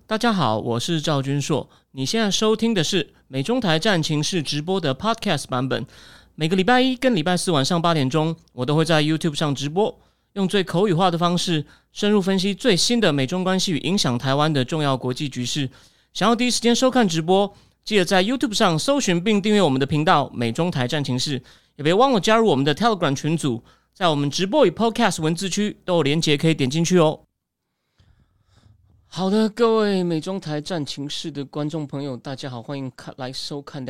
大家好，我是赵君硕。你现在收听的是美中台战情室直播的 Podcast 版本。每个礼拜一跟礼拜四晚上8点钟，我都会在 YouTube 上直播，用最口语化的方式，深入分析最新的美中关系与影响台湾的重要国际局势。想要第一时间收看直播，记得在 YouTube 上搜寻并订阅我们的频道美中台战情室，也别忘了加入我们的 Telegram 群组，在我们直播与 Podcast 文字区都有连结可以点进去哦。好的，各位美中台战情室的观众朋友，大家好，欢迎来收看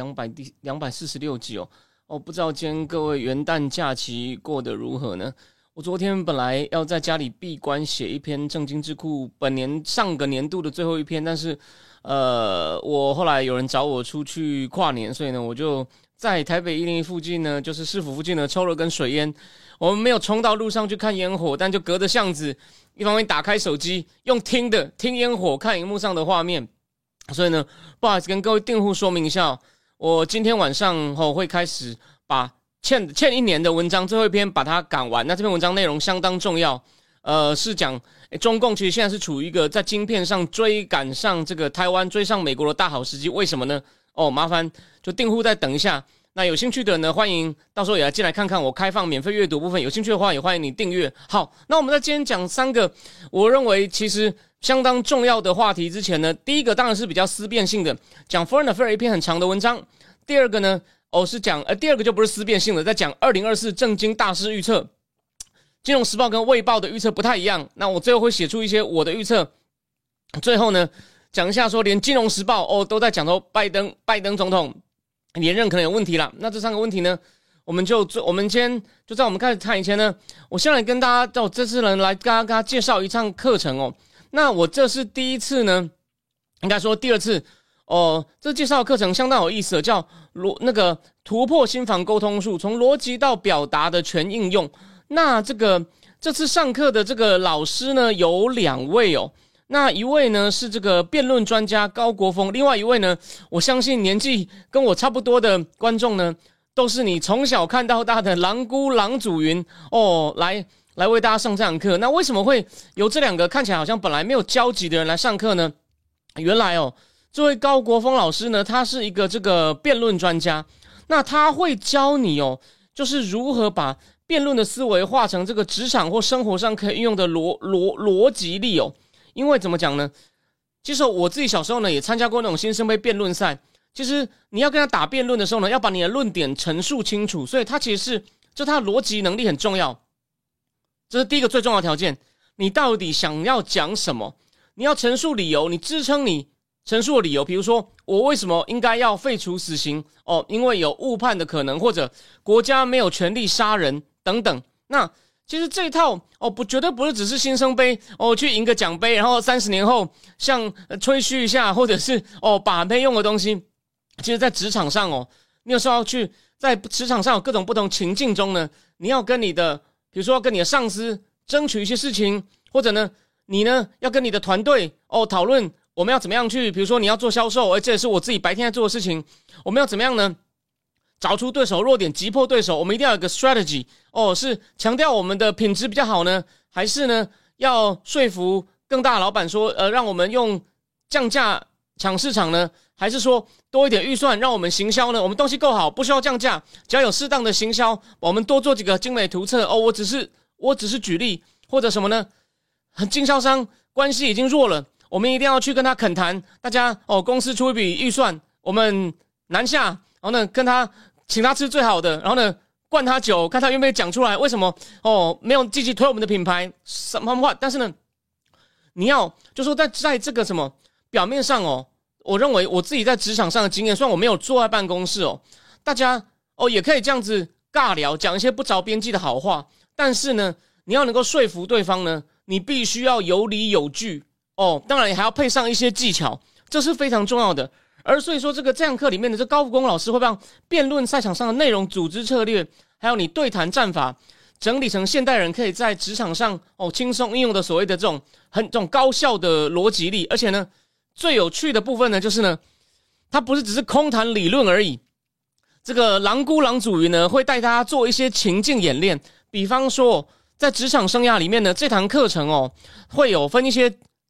246集哦。不知道今天各位元旦假期过得如何呢？我昨天本来要在家里闭关写一篇正经智库上个年度的最后一篇，但是我后来有人找我出去跨年，所以呢，我就在台北101附近呢，就是市府附近呢，抽了根水烟。我们没有冲到路上去看烟火，但就隔着巷子，一方面打开手机，用听烟火看荧幕上的画面。所以呢，不好意思跟各位订户说明一下，我今天晚上会开始把欠一年的文章最后一篇把它赶完。那这篇文章内容相当重要，是讲中共其实现在是处于一个在晶片上追赶上这个台湾，追上美国的大好时机。为什么呢？麻烦就订户再等一下。那有兴趣的呢，欢迎到时候也来进来看看我开放免费阅读部分。有兴趣的话，也欢迎你订阅。好，那我们在今天讲3个我认为其实相当重要的话题之前呢，第一个当然是比较思辨性的，讲 Foreign Affairs 一篇很长的文章。第二个呢，是讲第二个就不是思辨性的，在讲2024政经大势预测。金融时报跟卫报的预测不太一样，那我最后会写出一些我的预测。最后呢，讲一下说连金融时报都在讲说拜登总统连任可能有问题啦。那这3个问题呢，我们今天就在我们开始谈以前呢，我先来跟大家这次人来跟大家介绍一场课程那我这是第一次呢，应该说第2次这介绍的课程相当有意思，叫那个突破心防沟通术，从逻辑到表达的全应用。那这次上课的这个老师呢有2位那一位呢是这个辩论专家高国峰，另外一位呢，我相信年纪跟我差不多的观众呢，都是你从小看到大的郎姑郎祖云来为大家上这堂课。那为什么会由这2个看起来好像本来没有交集的人来上课呢？原来这位高国峰老师呢，他是一个这个辩论专家，那他会教你就是如何把辩论的思维化成这个职场或生活上可以运用的逻辑力因为怎么讲呢？其实我自己小时候呢也参加过那种新生杯辩论赛。其实你要跟他打辩论的时候呢，要把你的论点陈述清楚，所以他其实他的逻辑能力很重要。这是第一个最重要的条件。你到底想要讲什么？你要陈述理由，你支撑你陈述的理由，比如说我为什么应该要废除死刑因为有误判的可能，或者国家没有权利杀人等等。那其实这一套绝对不是只是新生杯去赢个奖杯，然后30年后像吹嘘一下，或者是把没用的东西。其实在职场上你有时候要去在职场上有各种不同情境中呢，你要跟你的比如说跟你的上司争取一些事情，或者呢你呢要跟你的团队讨论我们要怎么样去，比如说你要做销售，这也是我自己白天在做的事情，我们要怎么样呢找出对手弱点，击破对手，我们一定要有个 strategy 是强调我们的品质比较好呢，还是呢要说服更大的老板说让我们用降价抢市场呢，还是说多一点预算让我们行销呢？我们东西够好，不需要降价，只要有适当的行销，我们多做几个精美图册我只是举例，或者什么呢？经销商关系已经弱了，我们一定要去跟他恳谈，大家公司出一笔预算，我们南下，然后呢跟他请他吃最好的，然后呢灌他酒，看他愿不愿意讲出来为什么没有积极推我们的品牌什么话。但是呢你要就说在这个什么表面上我认为我自己在职场上的经验，虽然我没有坐在办公室大家也可以这样子尬聊，讲一些不着边际的好话，但是呢你要能够说服对方呢，你必须要有理有据当然也还要配上一些技巧，这是非常重要的。而所以说这堂课里面的高福公老师会让辩论赛场上的内容、组织策略，还有你对谈战法整理成现代人可以在职场上轻松应用的所谓的这种高效的逻辑力。而且呢最有趣的部分呢就是呢它不是只是空谈理论而已，这个郎姑郎祖云呢会带大家做一些情境演练。比方说在职场生涯里面呢，这堂课程会有分一些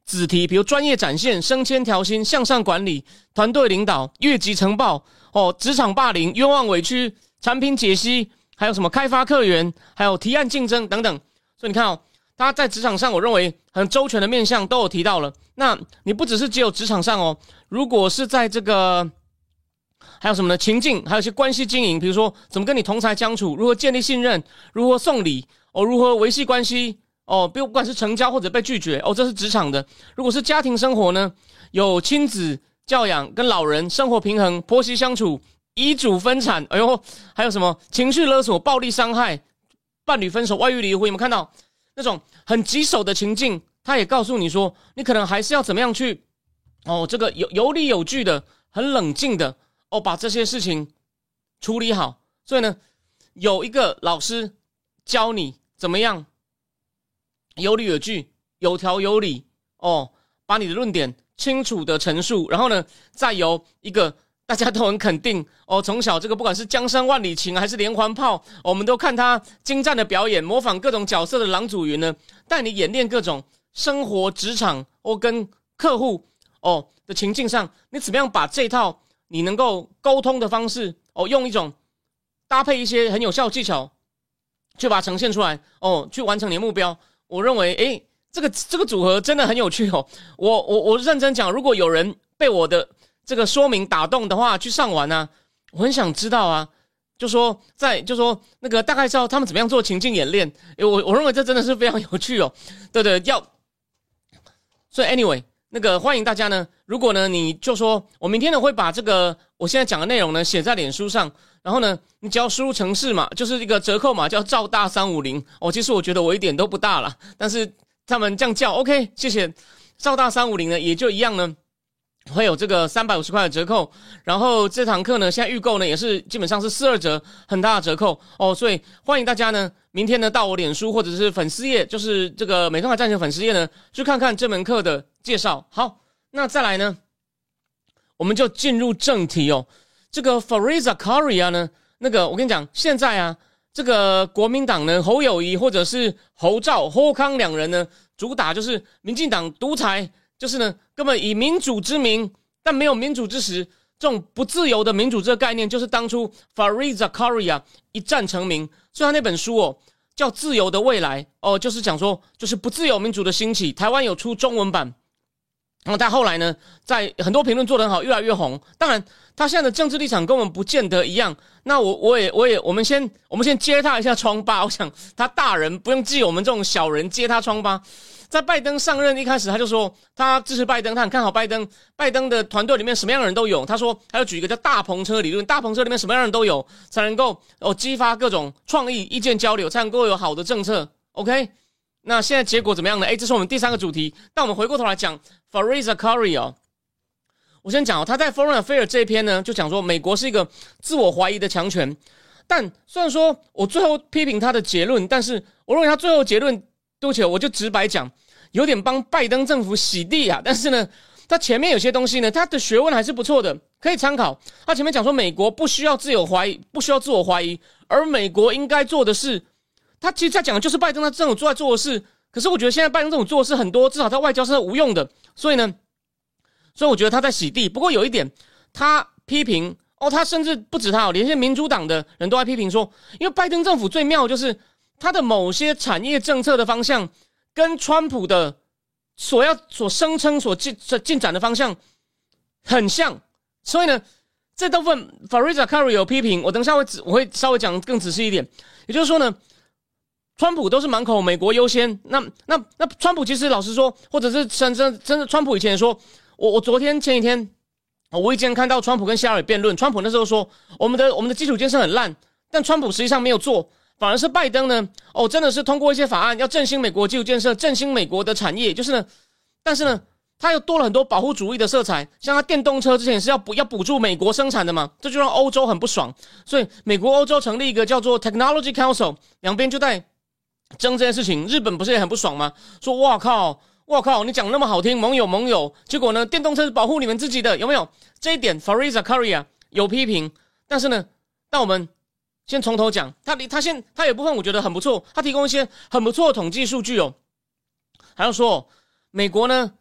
子题，比如专业展现、升迁调薪、向上管理、团队领导、越级呈报、职场霸凌、冤枉委屈、产品解析，还有什么开发客源，还有提案竞争等等。所以你看他在职场上，我认为很周全的面向都有提到了。那你不只是职场上如果是在这个还有什么呢？情境，还有一些关系经营，比如说怎么跟你同才相处，如何建立信任，如何送礼如何维系关系不管是成交或者被拒绝这是职场的。如果是家庭生活呢，有亲子教养跟老人生活平衡、婆媳相处、遗嘱分产，还有什么情绪勒索、暴力伤害、伴侣分手、外遇离婚，有没有看到那种很棘手的情境？他也告诉你说，你可能还是要怎么样去这个有理有据的、很冷静的把这些事情处理好。所以呢，有一个老师教你怎么样有理有据、有条有理把你的论点清楚的陈述，然后呢，再由一个大家都很肯定从小这个不管是江山万里情还是连环炮我们都看他精湛的表演，模仿各种角色的郎祖筠呢，带你演练各种生活、职场跟客户的情境上，你怎么样把这套你能够沟通的方式用一种搭配一些很有效的技巧去把它呈现出来去完成你的目标。我认为这个组合真的很有趣我认真讲，如果有人被我的这个说明打动的话，去上完啊，我很想知道就说那个大概知道他们怎么样做情境演练。我认为这真的是非常有趣对，所以 anyway 那个欢迎大家呢，如果呢你就说我明天呢会把这个我现在讲的内容呢写在脸书上，然后呢你只要输入程式码，就是一个折扣码叫赵大350其实我觉得我一点都不大啦，但是他们这样叫 OK 谢谢。赵大350呢也就一样呢会有这个350块的折扣，然后这堂课呢现在预购呢也是基本上是42折，很大的折扣所以欢迎大家呢明天呢到我脸书或者是粉丝页，就是这个美东海战前粉丝页呢去看看这门课的介绍。好，那再来呢我们就进入正题这个 Fareed Zakaria 呢，那个我跟你讲，现在这个国民党呢侯友宜或者是侯兆、侯康两人呢主打就是民进党独裁，就是呢根本以民主之名但没有民主之实，这种不自由的民主这个概念就是当初 Fareed Zakaria 一战成名。所以他那本书叫自由的未来就是讲说就是不自由民主的兴起，台湾有出中文版。然后他后来呢在很多评论做得很好，越来越红。当然他现在的政治立场跟我们不见得一样，那我们先揭他一下疮疤。我想他大人不用记我们这种小人揭他疮疤。在拜登上任一开始他就说他支持拜登，他很看好拜登，拜登的团队里面什么样的人都有。他说他就举一个叫大篷车理论，大篷车里面什么样的人都有，才能够激发各种创意意见交流，才能够有好的政策。 OK， 那现在结果怎么样呢？这是我们第3个主题。但我们回过头来讲 Fareed Zakaria我先讲他在 Foreign Affairs 这一篇呢就讲说美国是一个自我怀疑的强权。但虽然说我最后批评他的结论，但是我认为他最后结论，对不起我就直白讲，有点帮拜登政府洗地但是呢他前面有些东西呢他的学问还是不错的，可以参考。他前面讲说美国不需要自我怀疑，而美国应该做的是，他其实在讲的就是拜登他政府在做的事。可是我觉得现在拜登政府做的事很多，至少在外交是无用的，所以我觉得他在洗地。不过有一点他批评他甚至不止他连些民主党的人都在批评说，因为拜登政府最妙的就是他的某些产业政策的方向跟川普的所声称所进展的方向很像。所以呢这部分 Fareed Zakaria 有批评，我等一下我会稍微讲更仔细一点。也就是说呢川普都是满口美国优先，那川普其实老实说，或者是真的川普以前也说，我昨天前几天无意间看到川普跟希拉里辩论，川普那时候说我们的基础建设很烂，但川普实际上没有做，反而是拜登呢真的是通过一些法案要振兴美国基础建设，振兴美国的产业，就是呢但是呢他又多了很多保护主义的色彩，像他电动车之前是要补助美国生产的嘛，这就让欧洲很不爽，所以美国欧洲成立一个叫做 Technology Council， 两边就在争这件事情。日本不是也很不爽吗？说哇靠你讲那么好听，盟友，结果呢电动车是保护你们自己的，有没有？这一点 Fareed Zakaria 有批评。但是呢那我们先从头讲，他有部分我觉得很不错，他提供一些很不错的统计数据还有说美国呢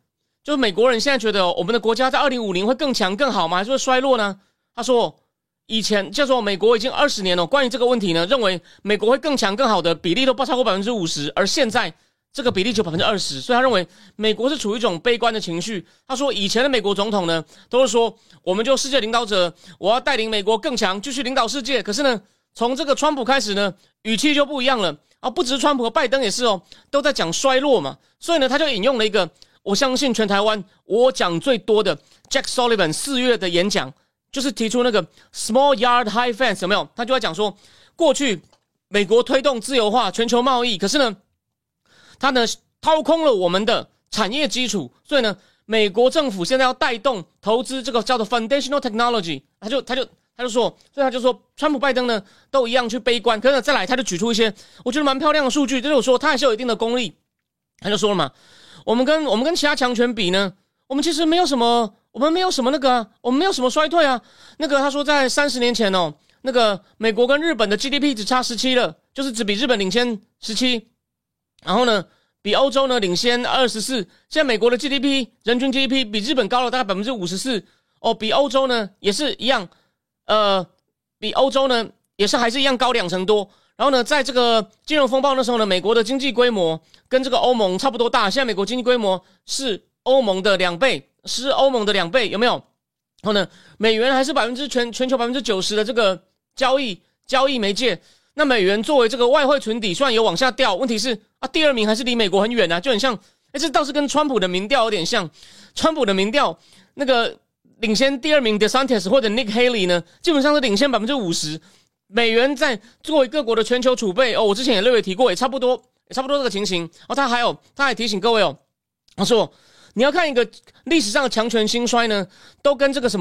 就是美国人现在觉得我们的国家在2050会更强更好吗？还是会衰落呢？他说，以前叫做美国已经20年了，关于这个问题呢，认为美国会更强更好的比例都不超过50%，而现在这个比例只有20%，所以他认为美国是处于一种悲观的情绪。他说，以前的美国总统呢，都是说我们就世界领导者，我要带领美国更强，继续领导世界。可是呢，从这个川普开始呢，语气就不一样了啊！不只是川普和拜登也是哦，都在讲衰落嘛。所以呢，他就引用了一个我相信全台湾我讲最多的 Jack Sullivan 4月的演讲，就是提出那个 Small Yard High Fence 有没有？他就在讲说，过去美国推动自由化、全球贸易，可是呢，他呢掏空了我们的产业基础，所以呢，美国政府现在要带动投资这个叫做 Foundational Technology， 他就说，所以他就说，川普、拜登呢都一样去悲观，可是呢再来他就举出一些我觉得蛮漂亮的数据，就是我说他还是有一定的功力，他就说了嘛，我们跟其他强权比呢，我们其实没有什么，我们没有什么那个啊，我们没有什么衰退啊。那个他说在30年前哦，那个美国跟日本的 GDP 只差17了，就是只比日本领先17，然后呢比欧洲呢领先24，现在美国的 GDP 人均 GDP 比日本高了大概54%哦，比欧洲呢也是一样，比欧洲呢也是还是一样高2成多。然后呢，在这个金融风暴那时候呢，美国的经济规模跟这个欧盟差不多大，现在美国经济规模是欧盟的2倍，是欧盟的2倍，有没有？然后呢，美元还是全球90%的这个交易媒介。那美元作为这个外汇存底，虽然有往下掉，问题是啊，第2名还是离美国很远啊，就很像，这倒是跟川普的民调有点像。川普的民调那个领先第2名 DeSantis 或者 Nick Haley 呢，基本上是领先50%。美元在作为各国的全球储备哦，我之前也略微提过，也差不多这个情形哦。他还提醒各位哦，他说你要看一个历史上的强权兴衰呢，都跟这个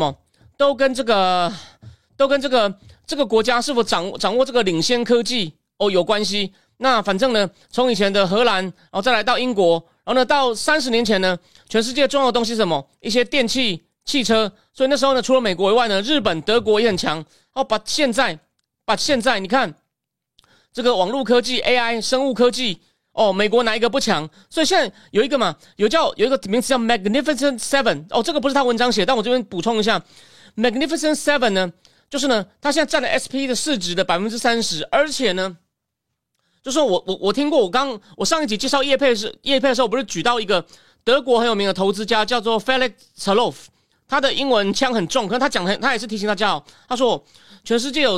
这个国家是否掌握这个领先科技哦有关系。那反正呢，从以前的荷兰，然后再来到英国，然后呢到30年前呢，全世界重要的东西是什么？一些电器、汽车。所以那时候呢，除了美国以外呢，日本、德国也很强。哦，把现在你看这个网络科技、AI、生物科技哦，美国哪一个不强？所以现在有一个名词叫 Magnificent Seven 哦，这个不是他文章写，但我这边补充一下 ，Magnificent Seven 呢，就是呢，它现在占了 SP 的市值的30%，而且呢，就是我听过，我上一集介绍业配的时候，我不是举到一个德国很有名的投资家叫做 Felix Zaloff， 他的英文腔很重，可是他也是提醒大家哦，他说全世界有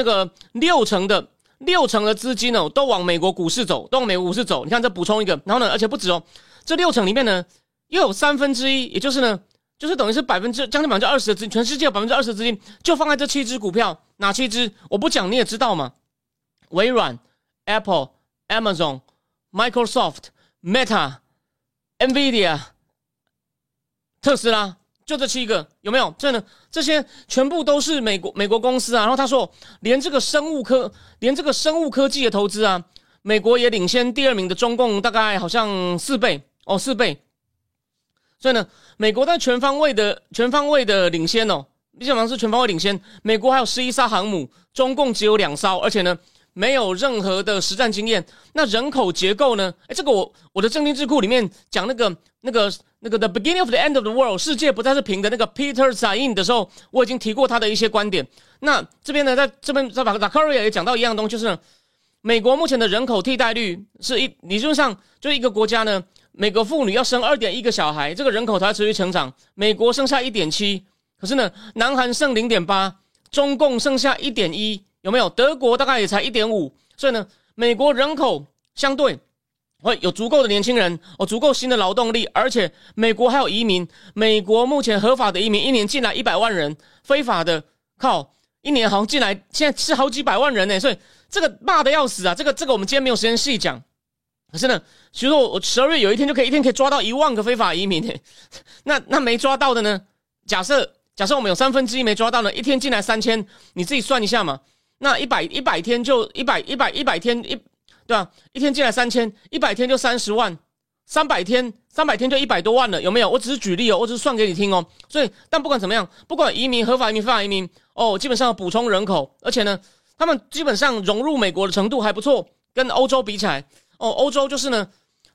6成的资金哦，都往美国股市走，你看这补充一个，然后呢，而且不止哦，这6成里面呢，又有1/3，也就是呢，就是等于是将近20%的资金，全世界有20%的资金就放在这7只股票，哪7只？我不讲你也知道嘛，微软、Apple、Amazon、Microsoft、Meta、Nvidia、特斯拉。就这7个有没有？这些全部都是美国公司啊。然后他说，连这个生物科技的投资啊，美国也领先第2名的中共大概好像4倍。所以呢，美国在全方位的领先哦，基本上是全方位领先。美国还有11艘航母，中共只有2艘，而且呢，没有任何的实战经验。那人口结构呢？这个我的政经智库里面讲那个 The Beginning of the End of the World 世界不再是平的那个 Peter Sain 的时候，我已经提过他的一些观点。那这边呢，在 Zakaria 也讲到一样东西，就是呢，美国目前的人口替代率是理论上就是一个国家呢，每个妇女要生2.1个小孩，这个人口才会持续成长。美国剩下 1.7， 可是呢，南韩剩 0.8， 中共剩下 1.1， 有没有？德国大概也才 1.5， 所以呢，美国人口相对会有足够的年轻人，足够新的劳动力，而且美国还有移民。美国目前合法的移民一年进来100万人，非法的一年好像进来现在是好几百万人呢，所以这个骂的要死啊！这个我们今天没有时间细讲。可是呢，其实我12月有一天就可以一天可以抓到1万个非法移民呢。那没抓到的呢？假设我们有1/3没抓到呢，一天进来3000，你自己算一下嘛。那100天就100天对吧？一天进来3000，100天就30万，300天就100多万了，有没有？我只是举例哦，我只是算给你听哦。所以，但不管怎么样，不管移民、合法移民、非法移民哦，基本上要补充人口，而且呢，他们基本上融入美国的程度还不错，跟欧洲比起来哦，欧洲就是呢，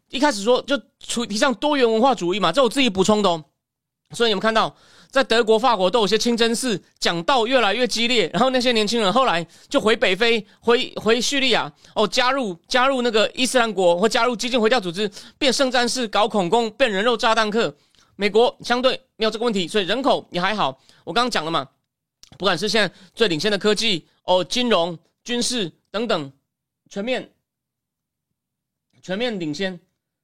一开始说就提倡多元文化主义嘛，这我自己补充的哦。所以你们看到，在德国、法国都有些清真寺讲道越来越激烈，然后那些年轻人后来就回北非、回叙利亚哦，加入那个伊斯兰国或加入激进回教组织，变圣战士、搞恐攻、变人肉炸弹客。美国相对没有这个问题，所以人口也还好。我刚刚讲了嘛，不管是现在最领先的科技哦、金融、军事等等，全面领先。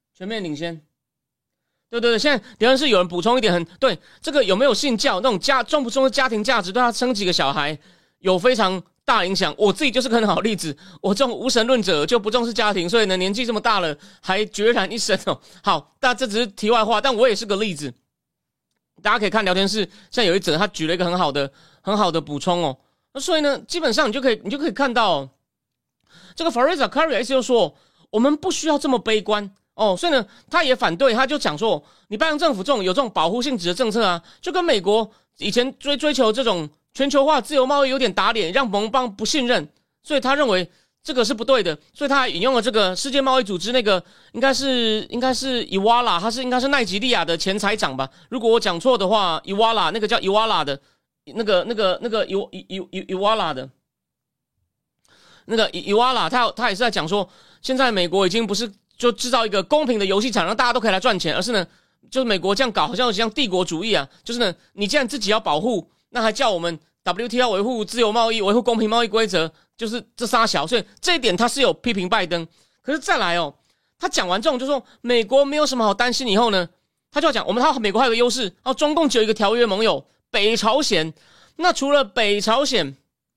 对，现在留言是有人补充一点很对，这个有没有信教那种重不重视家庭价值，对他生几个小孩有非常大影响。我自己就是个很好的例子，我这种无神论者就不重视家庭，所以呢年纪这么大了还孑然一身哦。好，但这只是题外话，但我也是个例子。大家可以看聊天室，现在有一则他举了一个很好的补充哦。那所以呢，基本上你就可以看到、哦，这个 Fareed Zakaria 就说，我们不需要这么悲观。哦，所以呢，他也反对，他就讲说，你拜登政府有这种保护性质的政策啊，就跟美国以前追求这种全球化自由贸易有点打脸，让盟邦不信任，所以他认为这个是不对的，所以他还引用了这个世界贸易组织那个应该是伊瓦拉，他应该是奈及利亚的前财长吧，如果我讲错的话，伊瓦拉那个叫伊瓦拉的，那个伊瓦拉的。那个伊瓦拉他也是在讲说，现在美国已经不是就制造一个公平的游戏场，让大家都可以来赚钱，而是呢，就是美国这样搞，好像有像帝国主义啊，就是呢，你既然自己要保护，那还叫我们 WTO 维护自由贸易、维护公平贸易规则，就是这仨小，所以这一点他是有批评拜登。可是再来哦，他讲完这种就说美国没有什么好担心以后呢，他就要讲美国还有个优势，中共只有一个条约盟友北朝鲜，那除了北朝鲜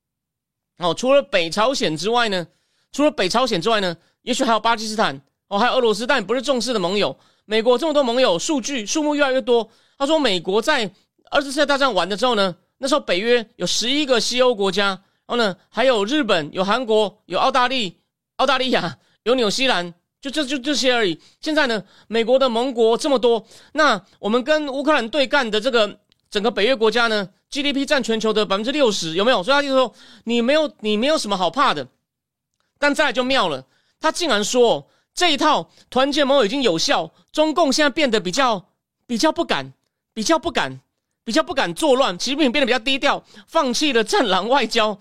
之外呢，也许还有巴基斯坦。还有俄罗斯，但不是重视的盟友。美国这么多盟友，数目越来越多。他说，美国在二次世界大战完了之后呢，那时候北约有11个西欧国家，然后呢，还有日本、有韩国、有澳大利亚、有纽西兰，就这些而已。现在呢，美国的盟国这么多，那我们跟乌克兰对干的这个整个北约国家呢 ，GDP 占全球的60%，有没有？所以他就说，你没有什么好怕的。但再来就妙了，他竟然说，这一套团结盟友已经有效，中共现在变得比较不敢作乱，习近平变得比较低调，放弃了战狼外交。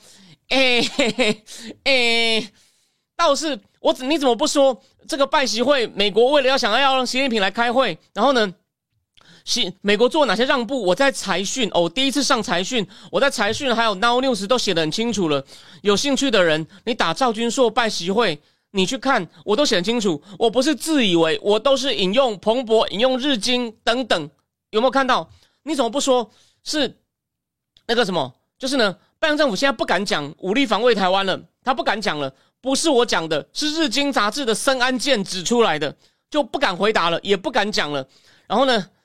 倒是你怎么不说这个拜习会，美国为了想要让习近平来开会，然后呢，美国做哪些让步？我在财讯第一次上财讯，我在财讯还有 Now News 都写得很清楚了。有兴趣的人，你打赵君硕拜习会。你去看，我都写得清楚，我不是自以为，我都是引用彭博、引用日经等等，有没有看到？你怎么不说是那个什么？就是呢，拜登政府现在不敢讲武力防卫台湾了，他不敢讲了，不是我讲的，是日经杂志的森安健指出来的，就不敢回答了，也不敢讲了。然后呢，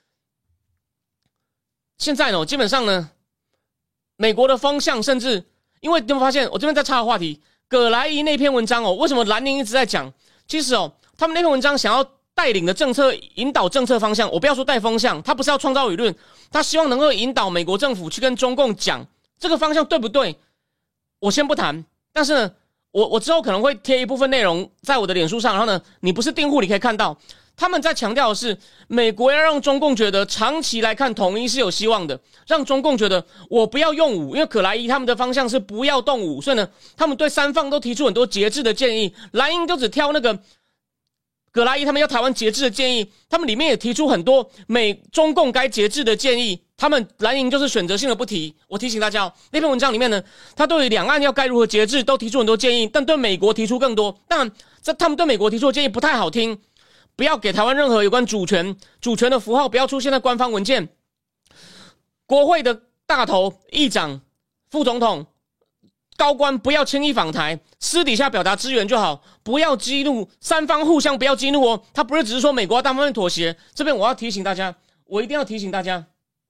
现在呢，基本上呢，美国的风向甚至，因为你有没有发现，我这边在插个话题。葛莱伊那篇文章为什么蓝宁一直在讲？其实他们那篇文章想要带领的政策、引导政策方向，我不要说带风向，他不是要创造舆论，他希望能够引导美国政府去跟中共讲这个方向对不对？我先不谈，但是呢，我之后可能会贴一部分内容在我的脸书上，然后呢，你不是订户，你可以看到。他们在强调的是，美国要让中共觉得长期来看统一是有希望的，让中共觉得我不要用武，因为葛莱伊他们的方向是不要动武，所以呢，他们对三方都提出很多节制的建议。蓝营就只挑那个葛莱伊他们要台湾节制的建议，他们里面也提出很多中共该节制的建议，他们蓝营就是选择性的不提。我提醒大家那篇文章里面呢，他对于两岸要该如何节制都提出很多建议，但对美国提出更多。当然，他们对美国提出的建议不太好听。不要给台湾任何有关主权的符号，不要出现在官方文件。国会的大头、议长、副总统、高官不要轻易访台，私底下表达支援就好，不要激怒三方，互相不要激怒哦。他不是只是说美国要单方面妥协，这边我要提醒大家，我一定要提醒大家，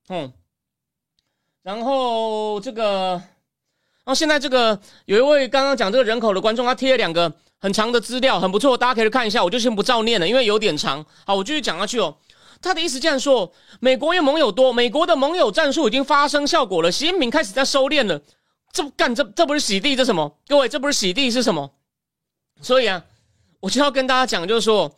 然后现在这个有一位刚刚讲这个人口的观众，他贴了2个很长的资料，很不错，大家可以看一下，我就先不照念了，因为有点长。好，我继续讲下去哦。他的意思这样说，美国因为盟友多，美国的盟友战术已经发生效果了，习近平开始在收敛了。这不是洗地，这什么？各位，这不是洗地是什么？所以啊，我就要跟大家讲，就是说，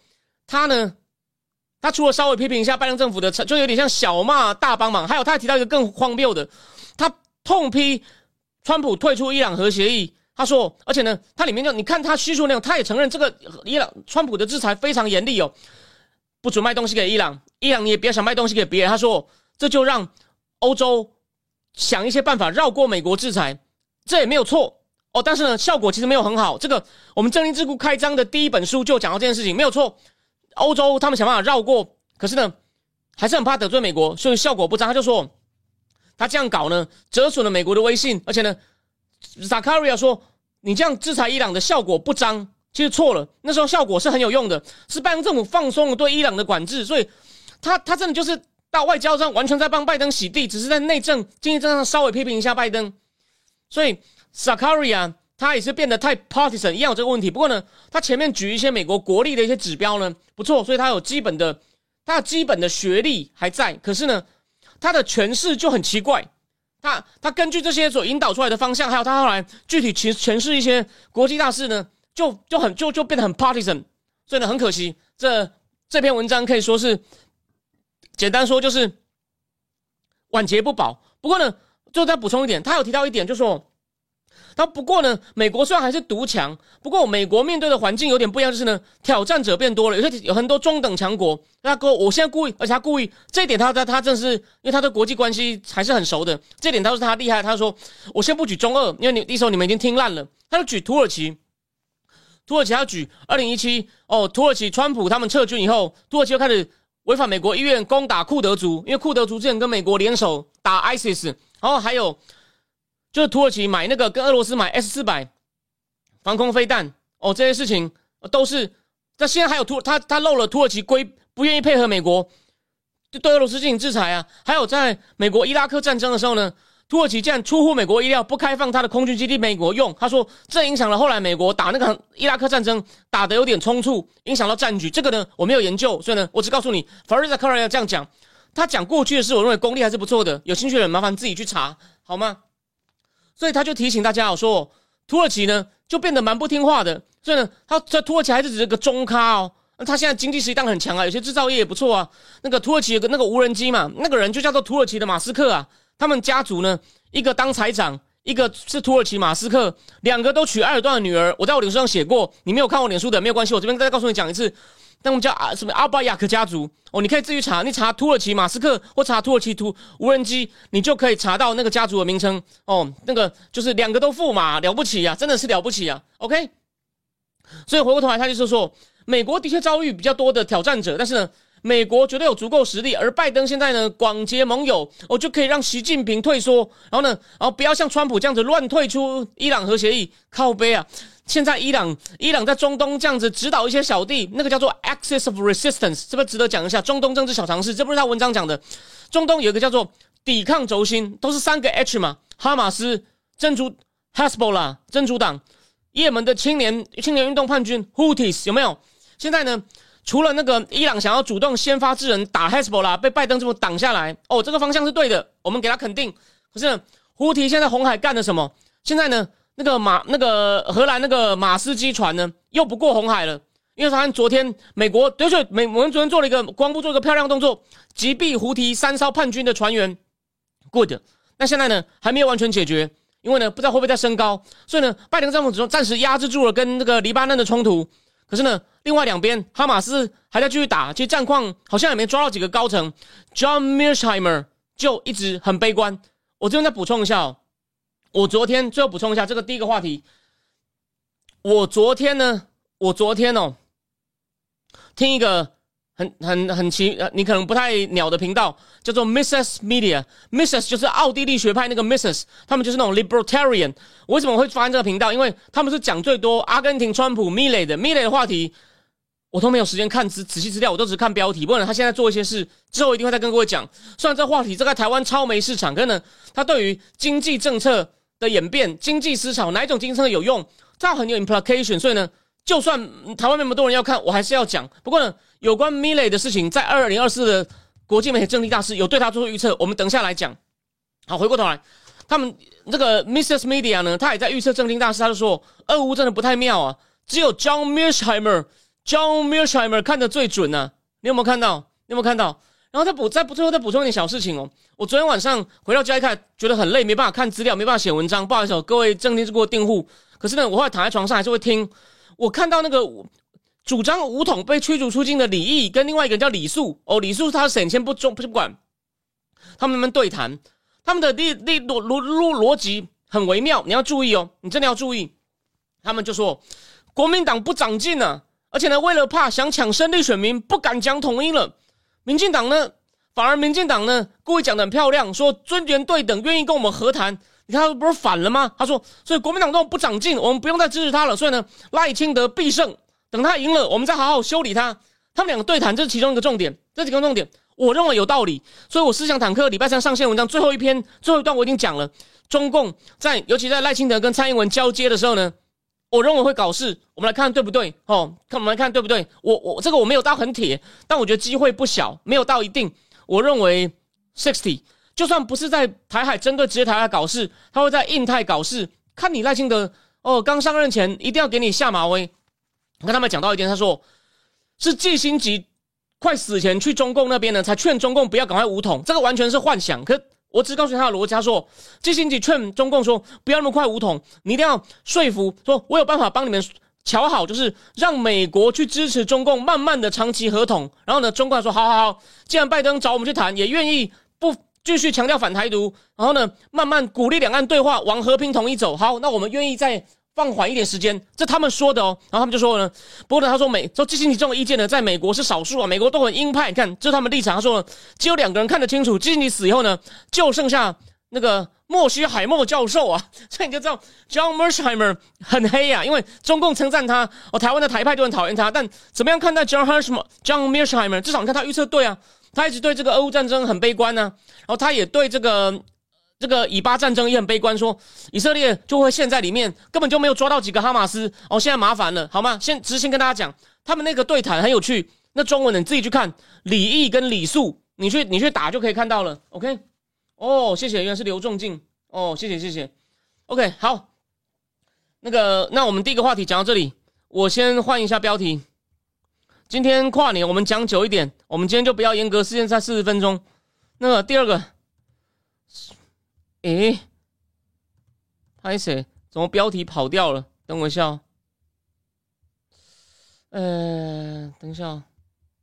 他除了稍微批评一下拜登政府的，就有点像小骂大帮忙，还有他还提到一个更荒谬的，他痛批川普退出伊朗核协议。他说，而且呢，他里面就你看他叙述内容，他也承认这个川普的制裁非常严厉哦，不准卖东西给伊朗，伊朗你也别想卖东西给别人。他说，这就让欧洲想一些办法绕过美国制裁，这也没有错哦。但是呢，效果其实没有很好。这个我们正义智库开章的第一本书就讲到这件事情，没有错。欧洲他们想办法绕过，可是呢，还是很怕得罪美国，所以效果不彰。他就说，他这样搞呢，折损了美国的威信，而且呢，Zakaria 说，你这样制裁伊朗的效果不彰，其实错了。那时候效果是很有用的，是拜登政府放松了对伊朗的管制，所以他真的就是到外交上完全在帮拜登洗地，只是在内政、经济政上稍微批评一下拜登。所以 Zakaria 他也是变得太 partisan， 一样有这个问题。不过呢，他前面举一些美国国力的一些指标呢，不错，所以他的基本的学历还在。可是呢，他的诠释就很奇怪。他根据这些所引导出来的方向，还有他后来具体诠释一些国际大事呢，就变得很 partisan。所以呢，很可惜，这篇文章可以说是简单说就是晚节不保。不过呢，就再补充一点，他有提到一点，就说。不过呢，美国虽然还是独强，不过美国面对的环境有点不一样，就是呢，挑战者变多了，有很多中等强国。我现在故意，而且他故意这一点他正是因为他对国际关系还是很熟的，这一点他是他厉害。他说我先不举中俄，因为那时候你们已经听烂了，他就举土耳其他举2017土耳其川普他们撤军以后，土耳其又开始违反美国意愿攻打库德族，因为库德族之前跟美国联手打 ISIS， 然后还有。就是土耳其买那个跟俄罗斯买 S-400防空飞弹这些事情都是。那现在还有他漏了土耳其不愿意配合美国，就对俄罗斯进行制裁啊。还有在美国伊拉克战争的时候呢，土耳其竟然出乎美国意料，不开放他的空军基地美国用。他说这影响了后来美国打那个伊拉克战争打得有点冲突，影响到战局。这个呢我没有研究，所以呢我只告诉你 Fareed Zakaria 这样讲。他讲过去的事，我认为功力还是不错的，有兴趣的人麻烦自己去查好吗？所以他就提醒大家说，土耳其呢就变得蛮不听话的。所以呢，他在土耳其还是只是个中咖哦。他现在经济实力当然很强啊，有些制造业也不错啊。那个土耳其有个那个无人机嘛，那个人就叫做土耳其的马斯克啊。他们家族呢，一个当财长，一个是土耳其马斯克，两个都娶埃尔段的女儿。我在我脸书上写过，你没有看我脸书的没有关系，我这边再告诉你讲一次。但我们叫什么阿巴雅克家族你可以自己查，你查土耳其马斯克或查土耳其无人机，你就可以查到那个家族的名称那个就是两个都驸马，了不起啊，真的是了不起啊 ，OK。所以回过头来，他就是说，美国的确遭遇比较多的挑战者，但是呢，美国绝对有足够实力，而拜登现在呢广结盟友就可以让习近平退缩，然后不要像川普这样子乱退出伊朗核协议，靠背啊。现在伊朗在中东这样子指导一些小弟，那个叫做 Axis of Resistance， 是不是值得讲一下？中东政治小常识，这不是他文章讲的。中东有一个叫做抵抗轴心，都是3个 H 嘛，哈马斯、Hezbollah 真主党，也门的青年运动叛军 Houthis 有没有？现在呢，除了那个伊朗想要主动先发制人打 Hezbollah， 被拜登政府挡下来，这个方向是对的，我们给他肯定。可是呢，Houthi 现在红海干了什么？现在呢？那个荷兰那个马斯基船呢，又不过红海了，因为他昨天我们昨天做了一个国防部做一个漂亮动作，击毙胡提3艘叛军的船员 ，good。那现在呢还没有完全解决，因为呢不知道会不会再升高，所以呢拜登政府只暂时压制住了跟那个黎巴嫩的冲突。可是呢，另外两边哈马斯还在继续打，其实战况好像也没抓到几个高层。John Mearsheimer 就一直很悲观。我这边再补充一下最后补充一下这个第一个话题。我昨天听一个你可能不太鸟的频道，叫做 Mrs. Media。Mrs. 就是奥地利学派那个 Mrs. 他们就是那种 libertarian。我为什么会发现这个频道？因为他们是讲最多阿根廷川普 Milei 的话题，我都没有时间看仔细资料，我都只看标题。不然他现在做一些事之后一定会再跟各位讲。虽然这话题在台湾超没市场，可是呢，他对于经济政策的演变、经济思潮哪一种经济政策有用，这很有 implication。所以呢，就算台湾那么多人要看，我还是要讲。不过呢，有关 Milei 的事情，在2024的国际媒体政治大事有对他做出预测，我们等一下来讲。好，回过头来，他们这个 Mrs. Media 呢，他也在预测政经大事，他就说俄乌真的不太妙啊。只有 John Mearsheimer John Mearsheimer 看得最准啊，你有没有看到？你有没有看到？然后最后再补充一点小事情哦。我昨天晚上回到家一看，觉得很累，没办法看资料，没办法写文章，不好意思哦，各位正听是给我订户。可是呢，我后来躺在床上还是会听。我看到那个主张武统被驱逐出境的李毅跟另外一个人叫李素哦，李素他是先不管，他们对谈，他们的逻辑很微妙，你要注意哦，你真的要注意。他们就说国民党不长进啊，而且呢，为了怕想抢生力选民，不敢讲统一了。民进党呢，反而民进党呢故意讲得很漂亮，说尊严对等，愿意跟我们和谈。你看他不是反了吗？他说，所以国民党这种不长进，我们不用再支持他了。所以呢，赖清德必胜，等他赢了，我们再好好修理他。他们两个对谈，这是其中一个重点，这是其中重点，我认为有道理。所以我思想坦克礼拜三上线文章最后一段我已经讲了，中共尤其在赖清德跟蔡英文交接的时候呢，我认为会搞事，我们来看对不对？我们来看对不对？我这个我没有到很铁，但我觉得机会不小，没有到一定。我认为 60， 就算不是在台海针对直接台海搞事，他会在印太搞事。看你赖清德刚上任前一定要给你下马威。我跟他们讲到一点，他说是季辛吉快死前去中共那边呢，才劝中共不要赶快武统，这个完全是幻想。可我只告诉他的逻辑，他说季辛吉劝中共说不要那么快武统，你一定要说服，说我有办法帮你们瞧好，就是让美国去支持中共慢慢的长期合统。然后呢，中共说好，既然拜登找我们去谈，也愿意不继续强调反台独，然后呢，慢慢鼓励两岸对话往和平统一走。好，那我们愿意再放缓一点时间，这他们说的哦。然后他们就说呢，不过呢，他说季辛吉这种意见呢，在美国是少数啊，美国都很鹰派。你看，这是他们立场。他说呢，只有2个人看得清楚，季辛吉死以后呢，就剩下那个莫须海默教授啊，所以你就知道 John Mearsheimer 很黑啊，因为中共称赞他，台湾的台派就很讨厌他。但怎么样看待 John Mearsheimer？ 至少你看他预测对啊，他一直对这个俄乌战争很悲观啊，然后他也对这个以巴战争也很悲观，说以色列就会陷在里面，根本就没有抓到几个哈马斯现在麻烦了，好吗？先跟大家讲，他们那个对谈很有趣，那中文你自己去看，李毅跟李素，你去打就可以看到了。OK， 谢谢，原来是刘仲敬，谢谢。OK， 好，那我们第一个话题讲到这里，我先换一下标题。今天跨年我们讲久一点，我们今天就不要严格时间在40分钟。那个第二个。拍谁？怎么标题跑掉了？等我一下等一下哦。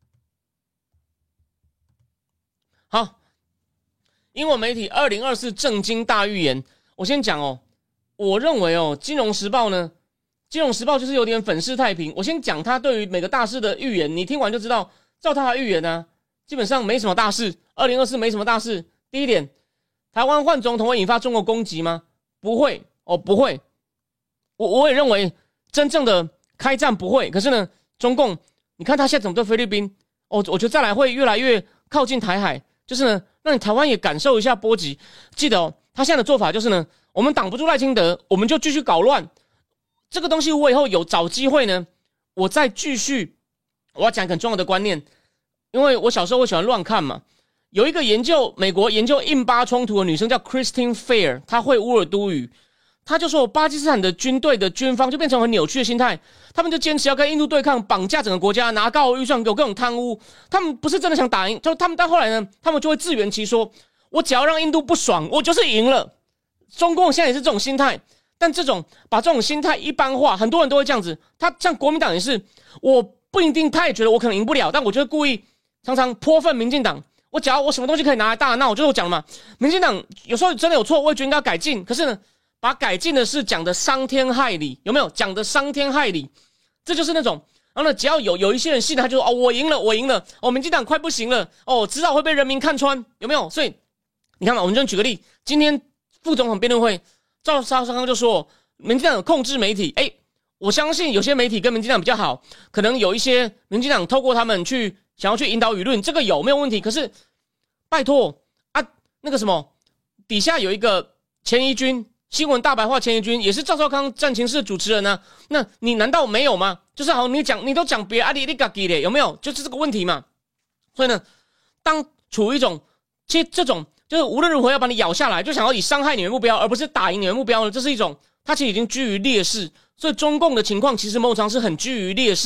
好，英文媒体2024政经大预言。我先讲哦，我认为金融时报呢，金融时报就是有点粉饰太平。我先讲他对于每个大事的预言，你听完就知道，照他的预言呢，基本上没什么大事。2024没什么大事。第一点。台湾换总统会引发中国攻击吗？不会不会。我也认为真正的开战不会。可是呢，中共你看他现在怎么对菲律宾我觉得再来会越来越靠近台海，就是呢让你台湾也感受一下波及。记得他现在的做法就是呢，我们挡不住赖清德，我们就继续搞乱。这个东西我以后有找机会呢，我再继续我要讲一个很重要的观念，因为我小时候我喜欢乱看嘛。有一个美国研究印巴冲突的女生叫 Christine Fair， 她会乌尔都语，她就说巴基斯坦的军队的军方就变成很扭曲的心态，他们就坚持要跟印度对抗，绑架整个国家，拿高额预算，有各种贪污，他们不是真的想打赢，就他们但后来呢，他们就会自圆其说，我只要让印度不爽，我就是赢了。中共现在也是这种心态，但把这种心态一般化，很多人都会这样子。他像国民党也是，我不一定，他也觉得我可能赢不了，但我就会故意常常泼粪民进党。只要我什么东西可以拿来大闹，就是我讲的嘛。民进党有时候真的有错，我也觉得应该要改进。可是呢，把改进的事讲的伤天害理，有没有？讲的伤天害理，这就是那种。然后呢，只要有一些人信了，他就说我赢了，民进党快不行了，迟早会被人民看穿，有没有？所以你看嘛，我们就举个例，今天副总统辩论会，赵少康就说民进党有控制媒体，我相信有些媒体跟民进党比较好，可能有一些民进党透过他们想要去引导舆论，这个没有问题。可是拜托啊，那个什么，底下有一个前宜君，新闻大白话前宜君，也是赵少康战情室的主持人啊。那你难道没有吗？就是好，你都讲别你自己的，有没有？就是这个问题嘛。所以呢，当处于一种，其实这种就是无论如何要把你咬下来，就想要以伤害你为目标，而不是打赢你为目标呢，这是一种他其实已经居于劣势。所以中共的情况其实某种程度是很居于劣势。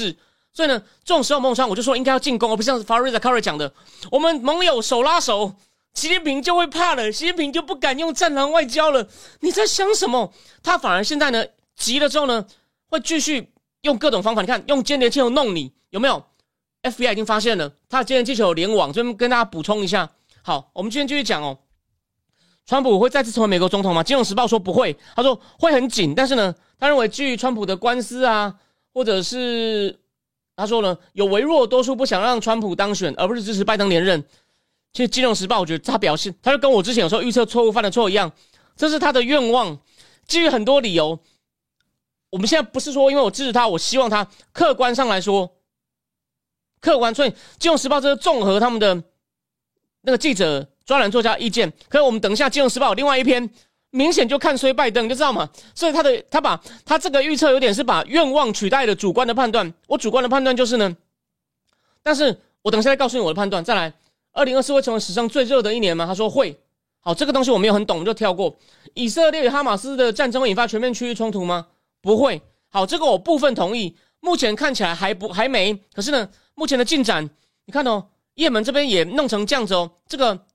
所以呢，这种时候孟川我就说应该要进攻，而不是像 Fareed Zakaria 讲的，我们盟友手拉手，习近平就会怕了，习近平就不敢用战狼外交了。你在想什么？他反而现在呢急了之后呢，会继续用各种方法。你看，用间谍气球弄你，有没有 ？FBI 已经发现了，他的间谍气球有联网，这边跟大家补充一下。好，我们今天继续讲哦。川普会再次成为美国总统吗？金融时报说不会，他说会很紧，但是呢，他认为基于川普的官司啊，或者是他说呢，有微弱多数不想让川普当选，而不是支持拜登连任。其实金融时报我觉得他表现，他就跟我之前有时候预测错误犯的错一样，这是他的愿望，基于很多理由。我们现在不是说因为我支持他，我希望他，客观上来说，客观，所以金融时报这是综合他们的那个记者专栏作家意见，可是我们等一下《金融时报》另外一篇，明显就看衰拜登，你就知道嘛。所以他把他这个预测有点是把愿望取代了主观的判断。我主观的判断就是呢，但是我等一下再告诉你我的判断。再来，2024会成为史上最热的一年吗？他说会。好，这个东西我没有很懂，我们就跳过。以色列与哈马斯的战争会引发全面区域冲突吗？不会。好，这个我部分同意。目前看起来还没，可是呢，目前的进展，你看哦，也门这边也弄成这样子哦，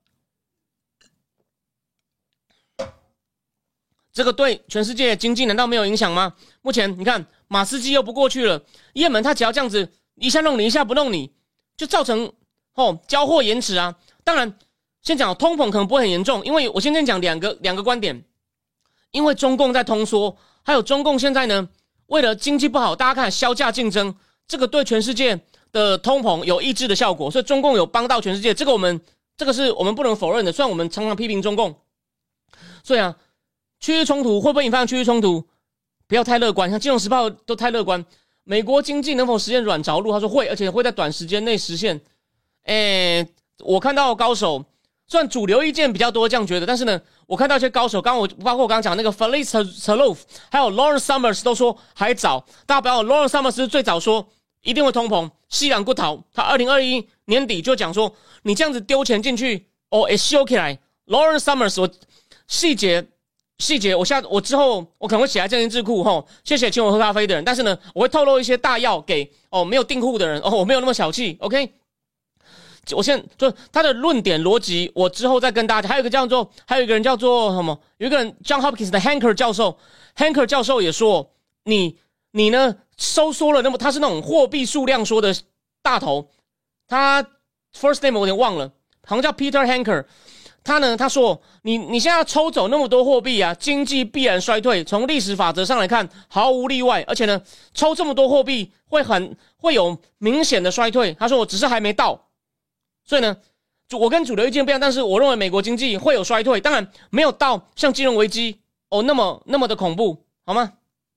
这个对全世界经济难道没有影响吗？目前你看马斯基又不过去了，也门他只要这样子一下弄你一下不弄你，就造成交货延迟啊。当然先讲通膨可能不会很严重，因为我先讲两个观点，因为中共在通缩，还有中共现在呢为了经济不好，大家看销价竞争，这个对全世界的通膨有抑制的效果，所以中共有帮到全世界，这个是我们不能否认的。虽然我们常常批评中共，所以啊，区域冲突会不会引发区域冲突？不要太乐观，像《金融时报》都太乐观。美国经济能否实现软着陆？他说会，而且会在短时间内实现。我看到高手，虽然主流意见比较多这样觉得，但是呢，我看到一些高手，包括我刚刚讲那个 Felix Salov， 还有 Lawrence Summers 都说还早。大家不要 ，Lawrence Summers 是最早说一定会通膨，西兰不逃。他2021年底就讲说，你这样子丢钱进去，修起来。Lawrence Summers， 我细节，我之后我可能会写在正经智库谢谢请我喝咖啡的人，但是呢，我会透露一些大要给没有订户的人我没有那么小气 ，OK。我现在就他的论点逻辑，我之后再跟大家讲。还有一个人叫做什么？有一个人 John Hopkins 的 Hanker 教授 ，Hanker 教授也说，你呢收缩了他是那种货币数量说的大头，他 first name 我有点忘了，好像叫 Peter Hanker。他说你现在抽走那么多货币啊，经济必然衰退。从历史法则上来看，毫无例外。而且呢，抽这么多货币会有明显的衰退。他说我只是还没到，所以呢，我跟主流意见不一样，但是我认为美国经济会有衰退，当然没有到像金融危机那么的恐怖，好吗？